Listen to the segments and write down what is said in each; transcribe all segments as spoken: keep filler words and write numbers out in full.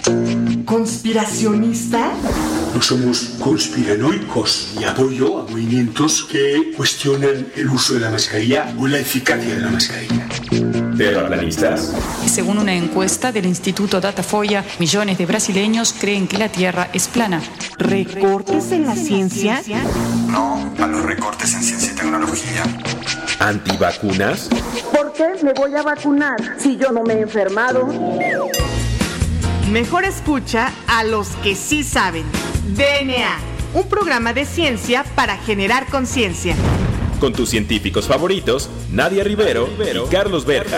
¿Conspiracionista? No somos conspiranoicos y apoyo a movimientos que cuestionan el uso de la mascarilla o la eficacia de la mascarilla. ¿Terraplanistas? Según una encuesta del Instituto Datafolha, millones de brasileños creen que la Tierra es plana. ¿Recortes en la ciencia? No a los recortes en ciencia y tecnología. ¿Antivacunas? ¿Por qué me voy a vacunar si yo no me he enfermado? Mejor escucha a los que sí saben. D N A, un programa de ciencia para generar conciencia. Con tus científicos favoritos, Nadia Rivero, Rivero y Carlos Berja.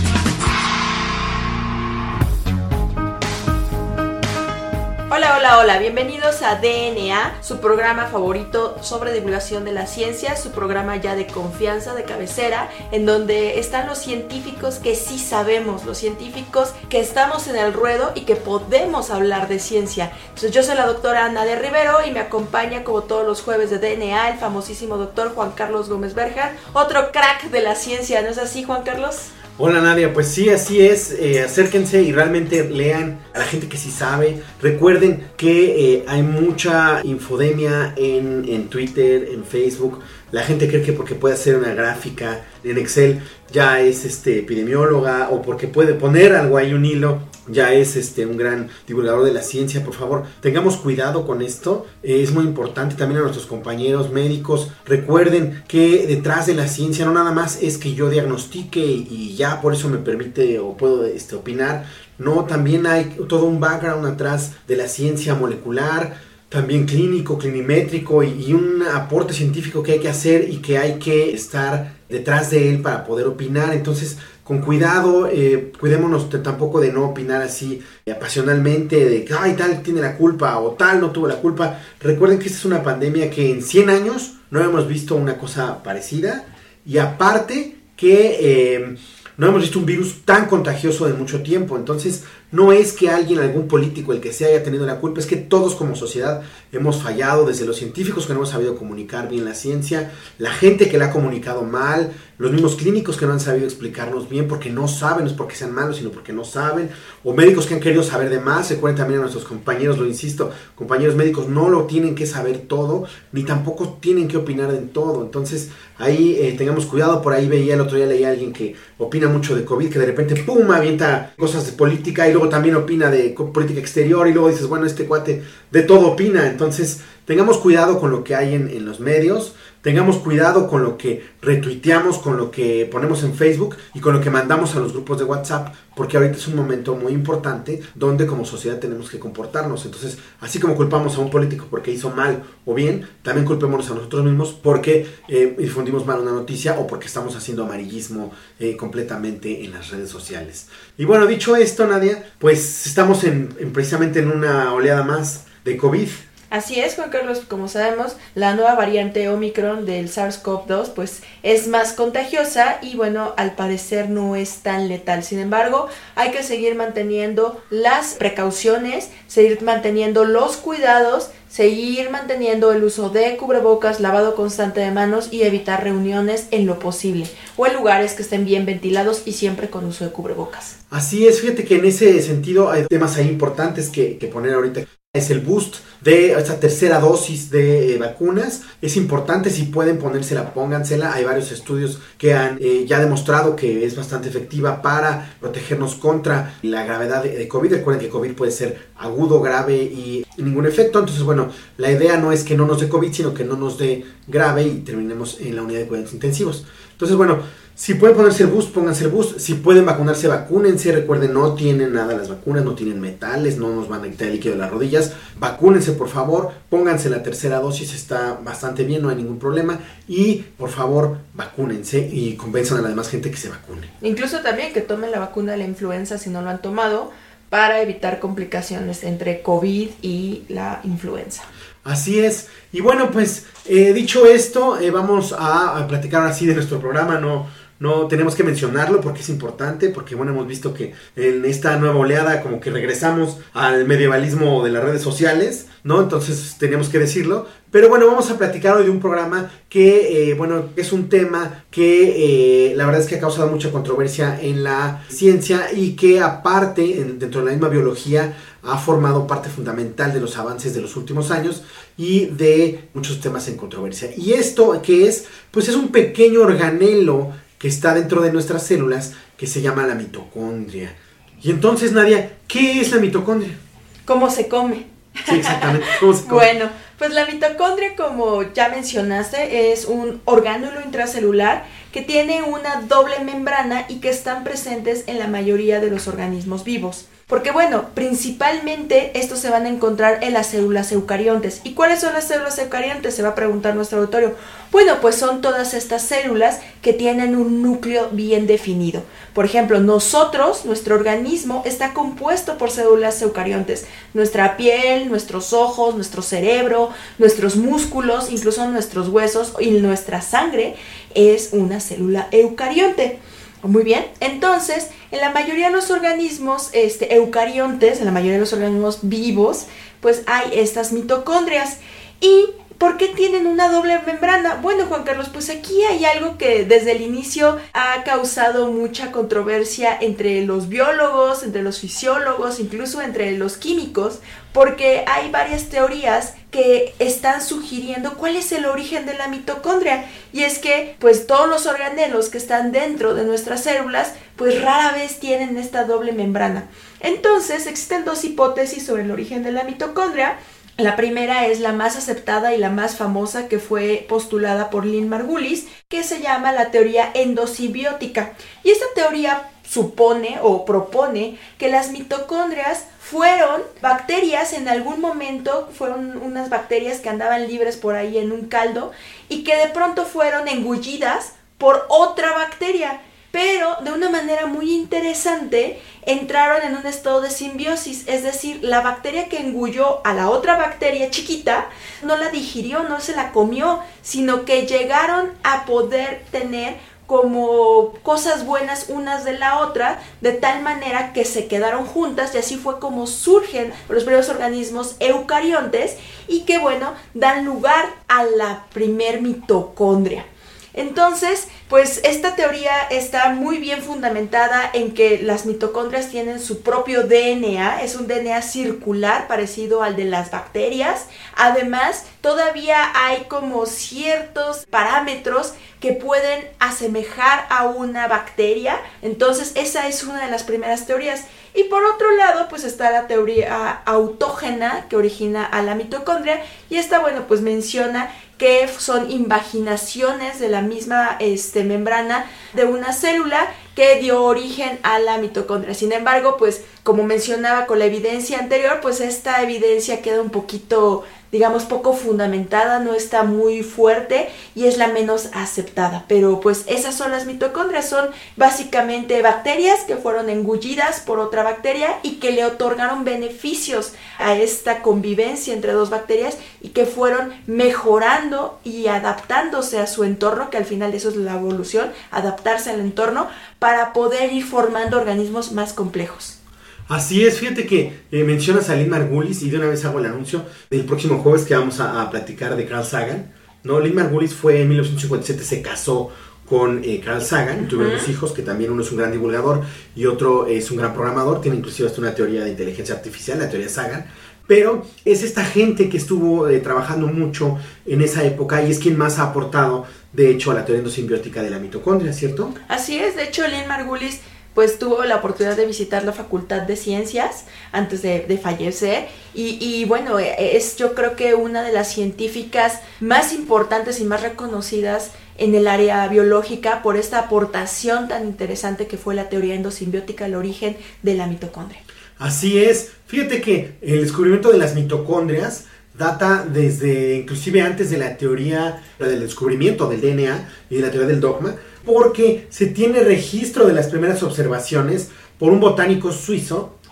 Hola, hola, hola, bienvenidos a D N A, su programa favorito sobre divulgación de la ciencia, su programa ya de confianza, de cabecera, en donde están los científicos que sí sabemos, los científicos que estamos en el ruedo y que podemos hablar de ciencia. Entonces yo soy la doctora Nadia Rivero y me acompaña como todos los jueves de D N A el famosísimo doctor Juan Carlos Gómez Berja, otro crack de la ciencia, ¿no es así, Juan Carlos? Hola Nadia, pues sí, así es, eh, acérquense y realmente lean a la gente que sí sabe. Recuerden que eh, hay mucha infodemia en, en Twitter, en Facebook. La gente cree que porque puede hacer una gráfica en Excel ya es este epidemióloga, o porque puede poner algo ahí, un hilo, ya es este un gran divulgador de la ciencia. Por favor, tengamos cuidado con esto, eh, es muy importante. También a nuestros compañeros médicos, recuerden que detrás de la ciencia no nada más es que yo diagnostique y ya por eso me permite o puedo este, opinar. No, también hay todo un background atrás de la ciencia molecular, también clínico, clinimétrico, y, y un aporte científico que hay que hacer y que hay que estar detrás de él para poder opinar. Entonces, con cuidado, eh, cuidémonos de, tampoco de no opinar así eh, apasionalmente, de que ay, tal tiene la culpa o tal no tuvo la culpa. Recuerden que esta es una pandemia que en cien años no hemos visto una cosa parecida, y aparte que eh, no hemos visto un virus tan contagioso en mucho tiempo. Entonces, no es que alguien, algún político, el que sea, haya tenido la culpa, es que todos como sociedad hemos fallado, desde los científicos que no hemos sabido comunicar bien la ciencia, la gente que la ha comunicado mal, los mismos clínicos que no han sabido explicarnos bien porque no saben, no es porque sean malos, sino porque no saben, o médicos que han querido saber de más. Recuerden también a nuestros compañeros, lo insisto, compañeros médicos no lo tienen que saber todo, ni tampoco tienen que opinar en todo. Entonces, ahí eh, tengamos cuidado. Por ahí veía, el otro día leía a alguien que opina mucho de COVID, que de repente, pum, avienta cosas de política, y luego también opina de política exterior, y luego dices, bueno, este cuate de todo opina. Entonces, tengamos cuidado con lo que hay en, en los medios, tengamos cuidado con lo que retuiteamos, con lo que ponemos en Facebook y con lo que mandamos a los grupos de WhatsApp, porque ahorita es un momento muy importante donde como sociedad tenemos que comportarnos. Entonces, así como culpamos a un político porque hizo mal o bien, también culpémonos a nosotros mismos porque eh, difundimos mal una noticia o porque estamos haciendo amarillismo eh, completamente en las redes sociales. Y bueno, dicho esto, Nadia, pues estamos en, en precisamente en una oleada más de COVID. Así es, Juan Carlos, como sabemos, la nueva variante Omicron del SARS-CoV dos pues es más contagiosa y bueno, al parecer no es tan letal. Sin embargo, hay que seguir manteniendo las precauciones, seguir manteniendo los cuidados, seguir manteniendo el uso de cubrebocas, lavado constante de manos y evitar reuniones en lo posible o en lugares que estén bien ventilados y siempre con uso de cubrebocas. Así es, fíjate que en ese sentido hay temas ahí importantes que, que poner ahorita. Es el boost de esta tercera dosis de eh, vacunas. Es importante, si pueden ponérsela, póngansela. Hay varios estudios que han eh, ya demostrado que es bastante efectiva para protegernos contra la gravedad de, de COVID. Recuerden que COVID puede ser agudo, grave y, y ningún efecto. Entonces, bueno, la idea no es que no nos dé COVID, sino que no nos dé grave y terminemos en la unidad de cuidados intensivos. Entonces, bueno, si pueden ponerse el boost, pónganse el boost. Si pueden vacunarse, vacúnense. Recuerden, no tienen nada las vacunas, no tienen metales, no nos van a quitar el líquido de las rodillas. Vacúnense, por favor. Pónganse la tercera dosis, está bastante bien, no hay ningún problema. Y, por favor, vacúnense y convenzan a la demás gente que se vacune. Incluso también que tomen la vacuna de la influenza si no lo han tomado, para evitar complicaciones entre COVID y la influenza. Así es. Y bueno, pues, eh, dicho esto, eh, vamos a, a platicar así de nuestro programa. No... No tenemos que mencionarlo porque es importante, porque bueno, hemos visto que en esta nueva oleada como que regresamos al medievalismo de las redes sociales, ¿no? Entonces tenemos que decirlo. Pero bueno, vamos a platicar hoy de un programa que, eh, bueno, es un tema que eh, la verdad es que ha causado mucha controversia en la ciencia y que aparte, en, dentro de la misma biología, ha formado parte fundamental de los avances de los últimos años y de muchos temas en controversia. Y esto que es, pues es un pequeño organelo que está dentro de nuestras células que se llama la mitocondria. Y entonces, Nadia, ¿qué es la mitocondria? ¿Cómo se come? Sí, exactamente. ¿Cómo se come? Bueno, pues la mitocondria, como ya mencionaste, es un orgánulo intracelular que tiene una doble membrana y que están presentes en la mayoría de los organismos vivos. Porque bueno, principalmente estos se van a encontrar en las células eucariontes. ¿Y cuáles son las células eucariontes? Se va a preguntar nuestro auditorio. Bueno, pues son todas estas células que tienen un núcleo bien definido. Por ejemplo, nosotros, nuestro organismo está compuesto por células eucariontes. Nuestra piel, nuestros ojos, nuestro cerebro, nuestros músculos, incluso nuestros huesos y nuestra sangre es una célula eucarionte. Muy bien, entonces, en la mayoría de los organismos este, eucariontes, en la mayoría de los organismos vivos, pues hay estas mitocondrias. ¿Y por qué tienen una doble membrana? Bueno, Juan Carlos, pues aquí hay algo que desde el inicio ha causado mucha controversia entre los biólogos, entre los fisiólogos, incluso entre los químicos, porque hay varias teorías que están sugiriendo cuál es el origen de la mitocondria. Y es que, pues, todos los organelos que están dentro de nuestras células, pues rara vez tienen esta doble membrana. Entonces, existen dos hipótesis sobre el origen de la mitocondria. La primera es la más aceptada y la más famosa, que fue postulada por Lynn Margulis, que se llama la teoría endosimbiótica. Y esta teoría supone o propone que las mitocondrias fueron bacterias en algún momento, fueron unas bacterias que andaban libres por ahí en un caldo y que de pronto fueron engullidas por otra bacteria. Pero de una manera muy interesante entraron en un estado de simbiosis, es decir, la bacteria que engulló a la otra bacteria chiquita no la digirió, no se la comió, sino que llegaron a poder tener como cosas buenas unas de la otra, de tal manera que se quedaron juntas y así fue como surgen los primeros organismos eucariontes y que bueno, dan lugar a la primer mitocondria. Entonces, pues esta teoría está muy bien fundamentada en que las mitocondrias tienen su propio D N A, es un D N A circular parecido al de las bacterias. Además, todavía hay como ciertos parámetros que pueden asemejar a una bacteria. Entonces, esa es una de las primeras teorías. Y por otro lado, pues está la teoría autógena que origina a la mitocondria. Y esta, bueno, pues menciona que son invaginaciones de la misma este, membrana de una célula que dio origen a la mitocondria. Sin embargo, pues como mencionaba con la evidencia anterior, pues esta evidencia queda un poquito, digamos, poco fundamentada, no está muy fuerte y es la menos aceptada. Pero pues esas son las mitocondrias, son básicamente bacterias que fueron engullidas por otra bacteria y que le otorgaron beneficios a esta convivencia entre dos bacterias y que fueron mejorando y adaptándose a su entorno, que al final eso es la evolución, adaptarse al entorno para poder ir formando organismos más complejos. Así es, fíjate que eh, mencionas a Lynn Margulis y de una vez hago el anuncio del próximo jueves que vamos a, a platicar de Carl Sagan, ¿no? Lynn Margulis fue en mil novecientos cincuenta y siete, se casó con eh, Carl Sagan, uh-huh. Tuvieron dos hijos, que también uno es un gran divulgador y otro es un gran programador, tiene inclusive hasta una teoría de inteligencia artificial, la teoría Sagan, pero es esta gente que estuvo eh, trabajando mucho en esa época y es quien más ha aportado, de hecho, a la teoría endosimbiótica de la mitocondria, ¿cierto? Así es, de hecho, Lynn Margulis pues tuvo la oportunidad de visitar la Facultad de Ciencias antes de, de fallecer y, y bueno, es yo creo que una de las científicas más importantes y más reconocidas en el área biológica por esta aportación tan interesante que fue la teoría endosimbiótica, el origen de la mitocondria. Así es, fíjate que el descubrimiento de las mitocondrias data desde inclusive antes de la teoría del descubrimiento del D N A y de la teoría del dogma, porque se tiene registro de las primeras observaciones por un botánico suizo que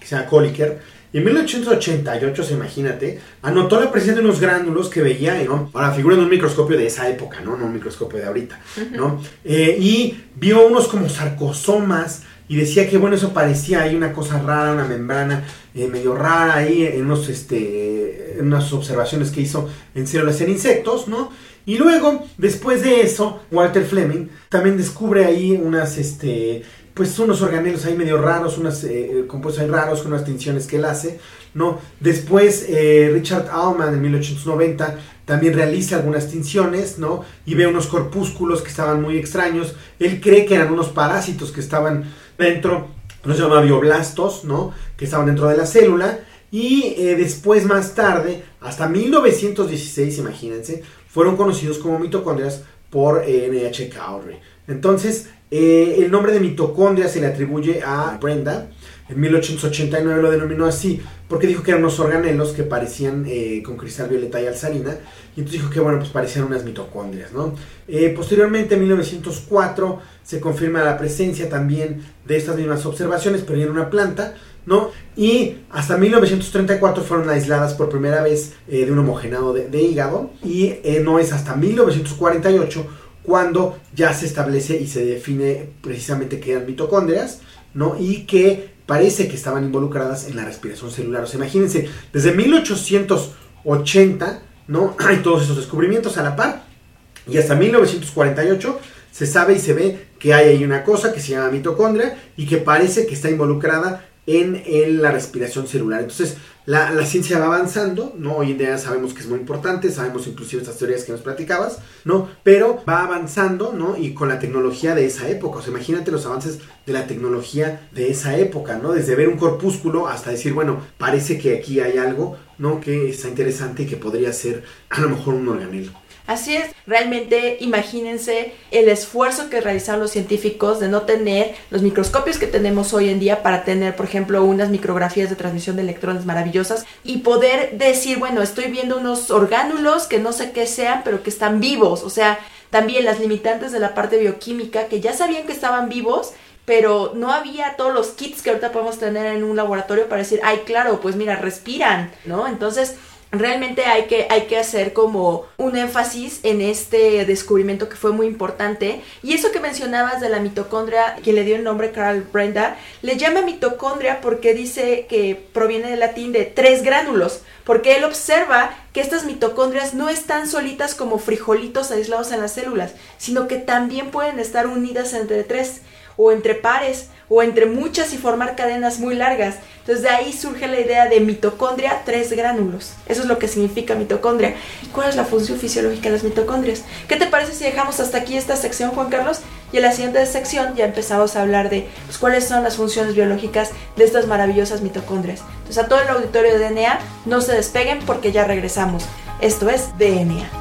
se llama Colliker. Y en mil ochocientos ochenta y ocho, imagínate, anotó la presencia de unos gránulos que veía, ¿no? Ahora figuran en un microscopio de esa época, ¿no? No un microscopio de ahorita, ¿no? Uh-huh. Eh, y vio unos como sarcosomas y decía que, bueno, eso parecía ahí una cosa rara, una membrana eh, medio rara ahí en, unos, este, en unas observaciones que hizo en células en insectos, ¿no? Y luego, después de eso, Walter Fleming también descubre ahí unas, este... pues unos organelos ahí medio raros, unos eh, compuestos ahí raros, con unas tinciones que él hace, ¿no? Después eh, Richard Allman en mil ochocientos noventa también realiza algunas tinciones, ¿no? Y ve unos corpúsculos que estaban muy extraños. Él cree que eran unos parásitos que estaban dentro, los llama bioblastos, ¿no? Que estaban dentro de la célula. Y eh, después, más tarde, hasta mil novecientos dieciséis, imagínense, fueron conocidos como mitocondrias por eh, N H Cowdery. Entonces, eh, el nombre de mitocondria se le atribuye a Brenda. En mil ochocientos ochenta y nueve lo denominó así porque dijo que eran unos organelos que parecían eh, con cristal violeta y alzarina. Y entonces dijo que, bueno, pues parecían unas mitocondrias, ¿no? Eh, posteriormente, en mil novecientos cuatro, se confirma la presencia también de estas mismas observaciones, pero en una planta, ¿no? Y hasta mil novecientos treinta y cuatro fueron aisladas por primera vez eh, de un homogenado de, de hígado. Y eh, no es hasta mil novecientos cuarenta y ocho cuando ya se establece y se define precisamente que eran mitocondrias, ¿no? Y que parece que estaban involucradas en la respiración celular. O sea, imagínense, desde mil ochocientos ochenta, ¿no? Hay todos esos descubrimientos a la par. Y hasta mil novecientos cuarenta y ocho se sabe y se ve que hay ahí una cosa que se llama mitocondria y que parece que está involucrada en, en la respiración celular. Entonces, la, la ciencia va avanzando, ¿no? Hoy en día sabemos que es muy importante, sabemos inclusive estas teorías que nos platicabas, ¿no? Pero va avanzando, ¿no? Y con la tecnología de esa época. O sea, imagínate los avances de la tecnología de esa época, ¿no? Desde ver un corpúsculo hasta decir, bueno, parece que aquí hay algo, ¿no? Que está interesante y que podría ser a lo mejor un organelo. Así es, realmente imagínense el esfuerzo que realizaron los científicos de no tener los microscopios que tenemos hoy en día para tener, por ejemplo, unas micrografías de transmisión de electrones maravillosas y poder decir, bueno, estoy viendo unos orgánulos que no sé qué sean, pero que están vivos. O sea, también las limitantes de la parte bioquímica, que ya sabían que estaban vivos, pero no había todos los kits que ahorita podemos tener en un laboratorio para decir, ay, claro, pues mira, respiran, ¿no? Entonces, realmente hay que, hay que hacer como un énfasis en este descubrimiento que fue muy importante. Y eso que mencionabas de la mitocondria, quien le dio el nombre Carl Brenda, le llama mitocondria porque dice que proviene del latín de tres gránulos, porque él observa que estas mitocondrias no están solitas como frijolitos aislados en las células, sino que también pueden estar unidas entre tres, o entre pares, o entre muchas y formar cadenas muy largas. Entonces de ahí surge la idea de mitocondria, tres gránulos. Eso es lo que significa mitocondria. ¿Y cuál es la función fisiológica de las mitocondrias? ¿Qué te parece si dejamos hasta aquí esta sección, Juan Carlos? Y en la siguiente sección ya empezamos a hablar de pues, cuáles son las funciones biológicas de estas maravillosas mitocondrias. Entonces a todo el auditorio de D N A, no se despeguen porque ya regresamos. Esto es D N A.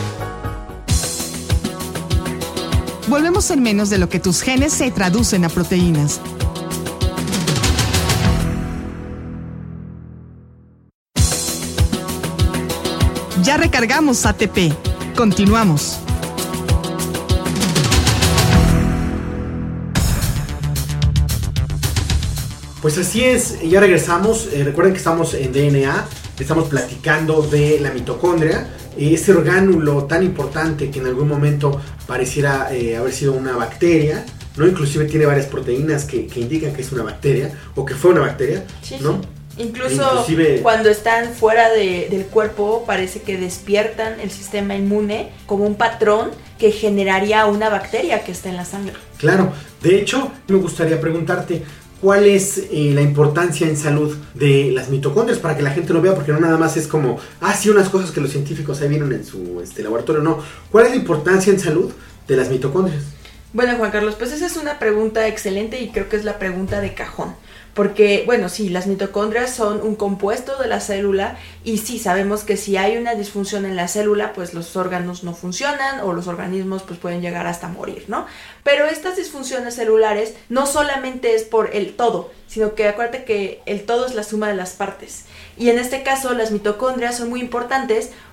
Volvemos en menos de lo que tus genes se traducen a proteínas. Ya recargamos A T P. Continuamos. Pues así es, ya regresamos. Eh, recuerden que estamos en D N A, estamos platicando de la mitocondria, ese orgánulo tan importante que en algún momento pareciera eh, haber sido una bacteria, ¿no? Inclusive tiene varias proteínas que, que indican que es una bacteria o que fue una bacteria, sí, ¿no? Sí. Incluso Inclusive, cuando están fuera de, del cuerpo parece que despiertan el sistema inmune como un patrón que generaría una bacteria que está en la sangre. Claro, de hecho me gustaría preguntarte ¿cuál es eh, la importancia en salud de las mitocondrias para que la gente lo vea? Porque no nada más es como, ah, sí, unas cosas que los científicos ahí vieron en su este, laboratorio, no. ¿Cuál es la importancia en salud de las mitocondrias? Bueno, Juan Carlos, pues esa es una pregunta excelente y creo que es la pregunta de cajón. Porque, bueno, sí, las mitocondrias son un compuesto de la célula y sí, sabemos que si hay una disfunción en la célula, pues los órganos no funcionan o los organismos pues pueden llegar hasta morir, ¿no? Pero estas disfunciones celulares no solamente es por el todo, sino que acuérdate que el todo es la suma de las partes. Y en este caso las mitocondrias son muy importantes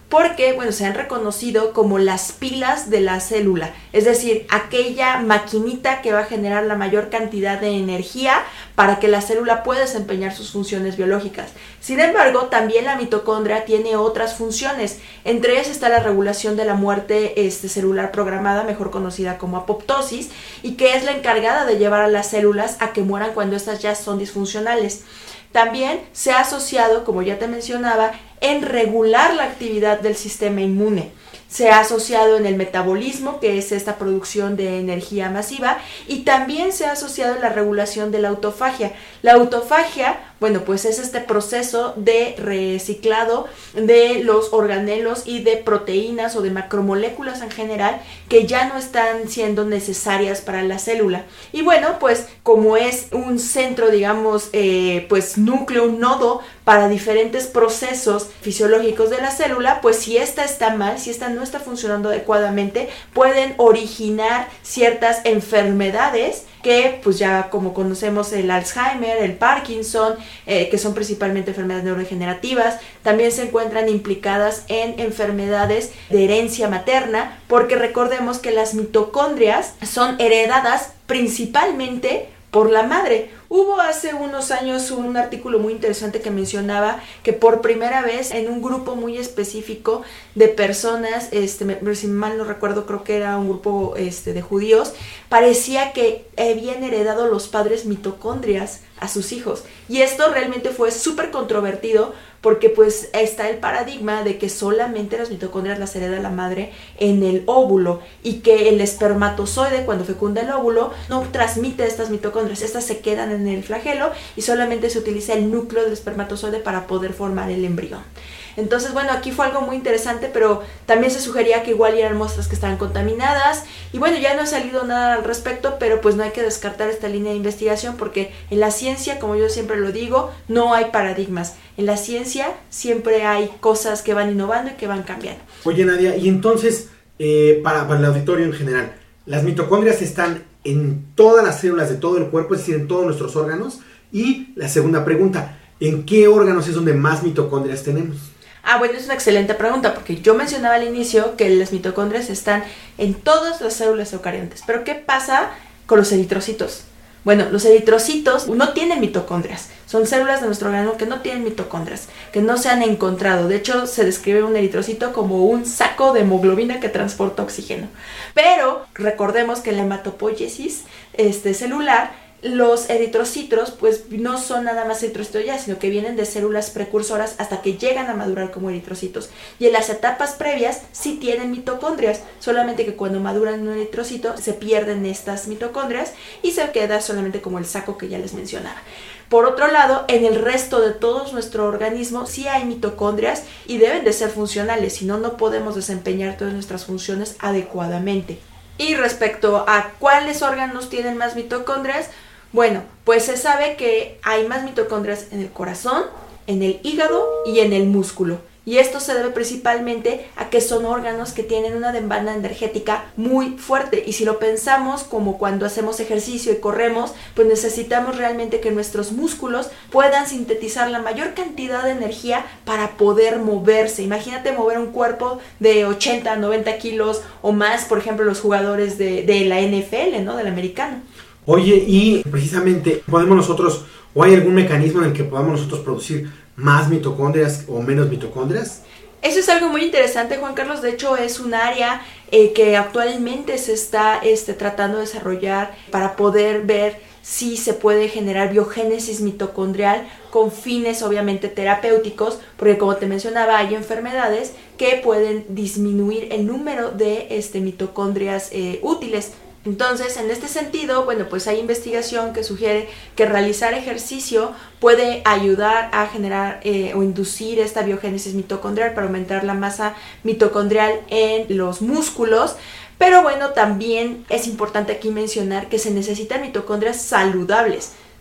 porque, bueno, se han reconocido como las pilas de la célula, es decir, aquella maquinita que va a generar la mayor cantidad de energía para que la célula pueda desempeñar sus funciones biológicas. Sin embargo, también la mitocondria tiene otras funciones, entre ellas está la regulación de la muerte este, celular programada, mejor conocida como apoptosis, y que es la encargada de llevar a las células a que mueran cuando estas ya son disfuncionales. También se ha asociado, como ya te mencionaba, en regular la actividad del sistema inmune. Se ha asociado en el metabolismo, que es esta producción de energía masiva, y también se ha asociado en la regulación de la autofagia. La autofagia, bueno, pues es este proceso de reciclado de los organelos y de proteínas o de macromoléculas en general que ya no están siendo necesarias para la célula. Y bueno, pues como es un centro, digamos, eh, pues núcleo, un nodo para diferentes procesos fisiológicos de la célula, pues si esta está mal, si esta no está funcionando adecuadamente, pueden originar ciertas enfermedades que pues ya como conocemos el Alzheimer, el Parkinson, eh, que son principalmente enfermedades neurodegenerativas. También se encuentran implicadas en enfermedades de herencia materna, porque recordemos que las mitocondrias son heredadas principalmente por la madre. Hubo hace unos años un artículo muy interesante que mencionaba que por primera vez en un grupo muy específico de personas, este, si mal no recuerdo, creo que era un grupo este, de judíos, parecía que habían heredado los padres mitocondrias a sus hijos. Y esto realmente fue súper controvertido porque pues está el paradigma de que solamente las mitocondrias las hereda la madre en el óvulo y que el espermatozoide cuando fecunda el óvulo no transmite estas mitocondrias, estas se quedan en el flagelo y solamente se utiliza el núcleo del espermatozoide para poder formar el embrión. Entonces, bueno, aquí fue algo muy interesante, pero también se sugería que igual eran muestras que estaban contaminadas. Y bueno, ya no ha salido nada al respecto, pero pues no hay que descartar esta línea de investigación porque en la ciencia, como yo siempre lo digo, no hay paradigmas. En la ciencia siempre hay cosas que van innovando y que van cambiando. Oye, Nadia, y entonces, eh, para, para el auditorio en general, las mitocondrias están en todas las células de todo el cuerpo, es decir, en todos nuestros órganos. Y la segunda pregunta, ¿en qué órganos es donde más mitocondrias tenemos? Ah, bueno, es una excelente pregunta, porque yo mencionaba al inicio que las mitocondrias están en todas las células eucariontes. Pero ¿qué pasa con los eritrocitos? Bueno, los eritrocitos no tienen mitocondrias. Son células de nuestro organismo que no tienen mitocondrias, que no se han encontrado. De hecho, se describe un eritrocito como un saco de hemoglobina que transporta oxígeno. Pero recordemos que en la hematopoiesis este, celular, los eritrocitos pues no son nada más eritrocitos ya, sino que vienen de células precursoras hasta que llegan a madurar como eritrocitos. Y en las etapas previas sí tienen mitocondrias, solamente que cuando maduran un eritrocito se pierden estas mitocondrias y se queda solamente como el saco que ya les mencionaba. Por otro lado, en el resto de todo nuestro organismo sí hay mitocondrias y deben de ser funcionales, si no, no podemos desempeñar todas nuestras funciones adecuadamente. Y respecto a cuáles órganos tienen más mitocondrias, bueno, pues se sabe que hay más mitocondrias en el corazón, en el hígado y en el músculo. Y esto se debe principalmente a que son órganos que tienen una demanda energética muy fuerte. Y si lo pensamos como cuando hacemos ejercicio y corremos, pues necesitamos realmente que nuestros músculos puedan sintetizar la mayor cantidad de energía para poder moverse. Imagínate mover un cuerpo de ochenta, noventa kilos o más, por ejemplo, los jugadores de, de la N F L, ¿no? Del americano. Oye, y precisamente, ¿podemos nosotros, o hay algún mecanismo en el que podamos nosotros producir más mitocondrias o menos mitocondrias? Eso es algo muy interesante, Juan Carlos. De hecho, es un área eh, que actualmente se está este, tratando de desarrollar para poder ver si se puede generar biogénesis mitocondrial con fines obviamente terapéuticos, porque como te mencionaba, hay enfermedades que pueden disminuir el número de este, mitocondrias eh, útiles. Entonces, en este sentido, bueno, pues hay investigación que sugiere que realizar ejercicio puede ayudar a generar eh, o inducir esta biogénesis mitocondrial para aumentar la masa mitocondrial en los músculos. Pero bueno, también es importante aquí mencionar que se necesitan mitocondrias saludables.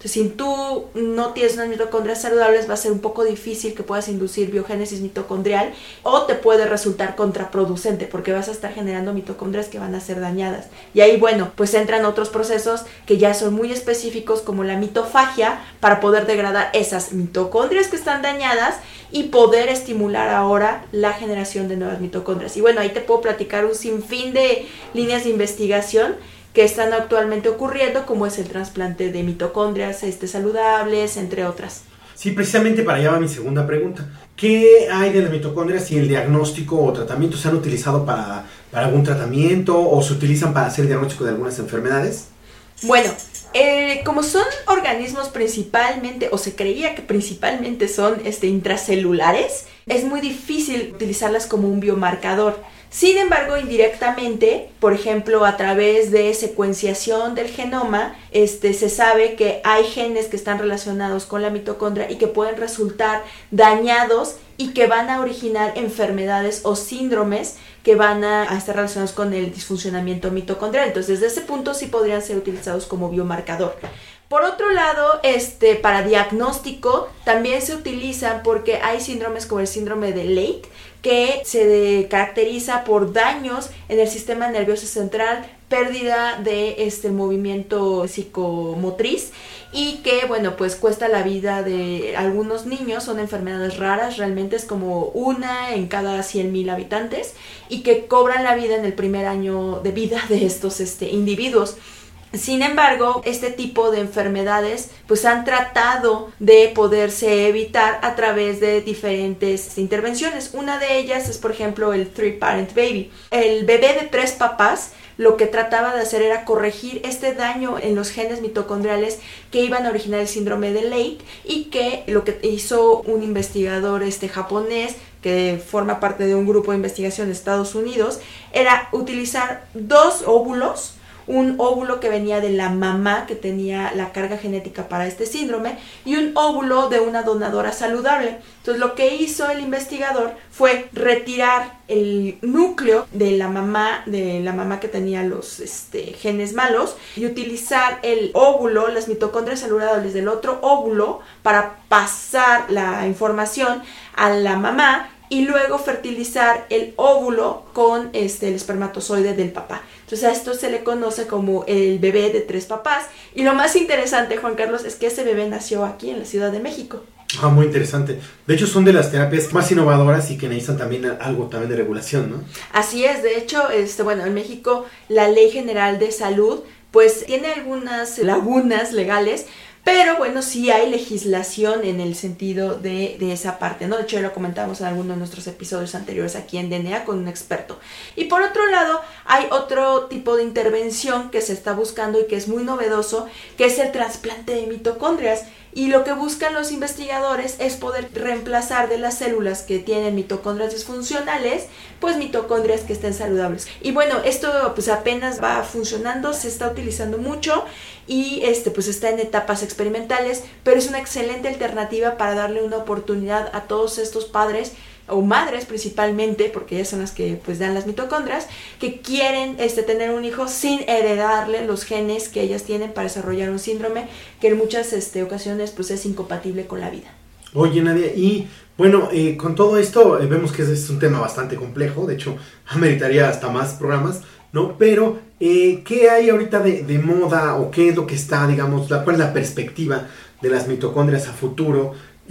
Entonces, si tú no tienes unas mitocondrias saludables, va a ser un poco difícil que puedas inducir biogénesis mitocondrial o te puede resultar contraproducente porque vas a estar generando mitocondrias que van a ser dañadas. Y ahí, bueno, pues entran otros procesos que ya son muy específicos como la mitofagia para poder degradar esas mitocondrias que están dañadas y poder estimular ahora la generación de nuevas mitocondrias. Y bueno, ahí te puedo platicar un sinfín de líneas de investigación que están actualmente ocurriendo, como es el trasplante de mitocondrias este, saludables, entre otras. Sí, precisamente para allá va mi segunda pregunta. ¿Qué hay de las mitocondrias y el diagnóstico o tratamiento se han utilizado para, para algún tratamiento o se utilizan para hacer diagnóstico de algunas enfermedades? Bueno, eh, como son organismos principalmente, o se creía que principalmente son este, intracelulares, es muy difícil utilizarlas como un biomarcador. Sin embargo, indirectamente, por ejemplo, a través de secuenciación del genoma, este, se sabe que hay genes que están relacionados con la mitocondria y que pueden resultar dañados y que van a originar enfermedades o síndromes que van a, a estar relacionados con el disfuncionamiento mitocondrial. Entonces, desde ese punto sí podrían ser utilizados como biomarcador. Por otro lado, este, para diagnóstico también se utilizan porque hay síndromes como el síndrome de Late, que se caracteriza por daños en el sistema nervioso central, pérdida de este movimiento psicomotriz y que, bueno, pues cuesta la vida de algunos niños. Son enfermedades raras, realmente es como una en cada cien mil habitantes y que cobran la vida en el primer año de vida de estos este, individuos. Sin embargo, este tipo de enfermedades pues han tratado de poderse evitar a través de diferentes intervenciones. Una de ellas es, por ejemplo, el Three Parent Baby. El bebé de tres papás lo que trataba de hacer era corregir este daño en los genes mitocondriales que iban a originar el síndrome de Late y que lo que hizo un investigador este, japonés que forma parte de un grupo de investigación de Estados Unidos era utilizar dos óvulos, un óvulo que venía de la mamá que tenía la carga genética para este síndrome y un óvulo de una donadora saludable. Entonces lo que hizo el investigador fue retirar el núcleo de la mamá, de la mamá que tenía los este, genes malos y utilizar el óvulo, las mitocondrias saludables del otro óvulo para pasar la información a la mamá y luego fertilizar el óvulo con este, el espermatozoide del papá. Entonces a esto se le conoce como el bebé de tres papás. Y lo más interesante, Juan Carlos, es que ese bebé nació aquí en la Ciudad de México. Ah, muy interesante. De hecho, son de las terapias más innovadoras y que necesitan también algo también de regulación, ¿no? Así es. De hecho, este, bueno, en México la Ley General de Salud pues tiene algunas lagunas legales, pero bueno, sí hay legislación en el sentido de, de esa parte, ¿no? De hecho, ya lo comentamos en alguno de nuestros episodios anteriores aquí en D N A con un experto. Y por otro lado, hay otro tipo de intervención que se está buscando y que es muy novedoso, que es el trasplante de mitocondrias. Y lo que buscan los investigadores es poder reemplazar de las células que tienen mitocondrias disfuncionales, pues mitocondrias que estén saludables. Y bueno, esto pues apenas va funcionando, se está utilizando mucho y este pues está en etapas experimentales, pero es una excelente alternativa para darle una oportunidad a todos estos padres o madres principalmente, porque ellas son las que pues dan las mitocondrias, que quieren este, tener un hijo sin heredarle los genes que ellas tienen para desarrollar un síndrome que en muchas este, ocasiones pues es incompatible con la vida. Oye, Nadia, y bueno, eh, con todo esto eh, vemos que es, es un tema bastante complejo, de hecho ameritaría hasta más programas, ¿no? Pero, eh, ¿qué hay ahorita de, de moda o qué es lo que está, digamos, la, cuál es la perspectiva de las mitocondrias a futuro?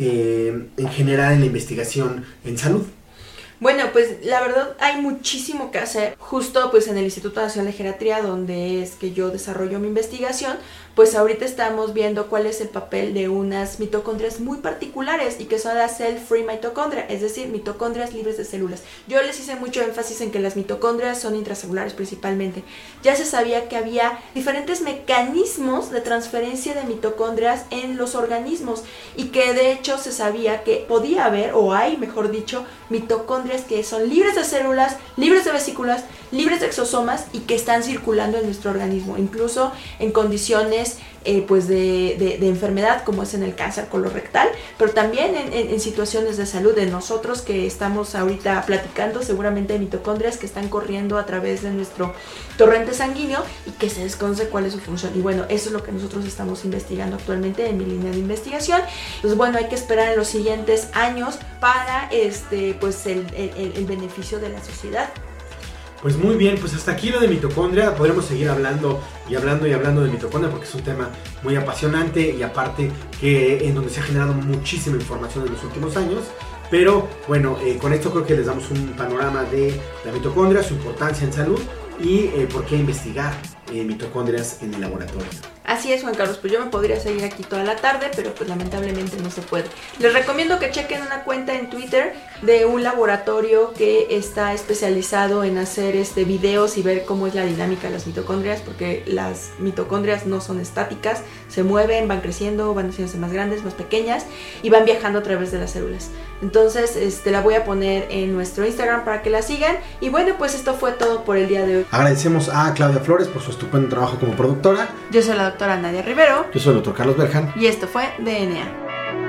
Eh, en general en la investigación en salud. Bueno, pues la verdad hay muchísimo que hacer. Justo pues en el Instituto Nacional de Geriatría, donde es que yo desarrollo mi investigación, pues ahorita estamos viendo cuál es el papel de unas mitocondrias muy particulares y que son las cell-free mitocondria, es decir, mitocondrias libres de células. Yo les hice mucho énfasis en que las mitocondrias son intracelulares principalmente. Ya se sabía que había diferentes mecanismos de transferencia de mitocondrias en los organismos y que de hecho se sabía que podía haber, o hay mejor dicho, mitocondrias que son libres de células, libres de vesículas, libres de exosomas y que están circulando en nuestro organismo, incluso en condiciones eh, pues de, de, de enfermedad, como es en el cáncer colorectal, pero también en, en, en situaciones de salud de nosotros que estamos ahorita platicando, seguramente de mitocondrias que están corriendo a través de nuestro torrente sanguíneo y que se desconoce cuál es su función. Y bueno, eso es lo que nosotros estamos investigando actualmente en mi línea de investigación. Entonces, bueno, hay que esperar en los siguientes años para este, pues el, el, el beneficio de la sociedad. Pues muy bien, pues hasta aquí lo de mitocondria. Podremos seguir hablando y hablando y hablando de mitocondria porque es un tema muy apasionante y aparte que en donde se ha generado muchísima información en los últimos años. Pero bueno, eh, con esto creo que les damos un panorama de la mitocondria, su importancia en salud y eh, por qué investigar eh, mitocondrias en el laboratorio. Así es, Juan Carlos, pues yo me podría seguir aquí toda la tarde, pero pues lamentablemente no se puede. Les recomiendo que chequen una cuenta en Twitter de un laboratorio que está especializado en hacer este videos y ver cómo es la dinámica de las mitocondrias, porque las mitocondrias no son estáticas, se mueven, van creciendo, van haciéndose más grandes, más pequeñas y van viajando a través de las células. Entonces, este, la voy a poner en nuestro Instagram para que la sigan. Y bueno, pues esto fue todo por el día de hoy. Agradecemos a Claudia Flores por su estupendo trabajo como productora. Yo soy la doctora Nadia Rivero. Yo soy el doctor Carlos Berjan. Y esto fue D N A.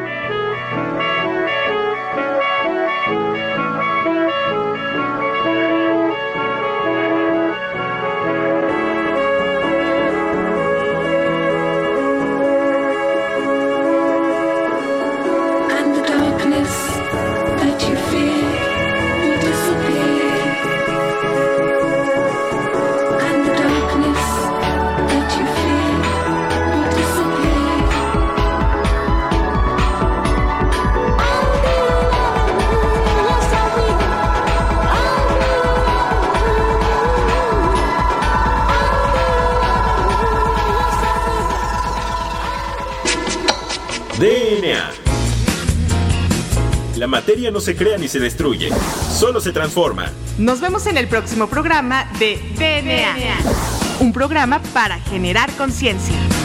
D N A. La materia no se crea ni se destruye, solo se transforma. Nos vemos en el próximo programa de D N A, un programa para generar conciencia.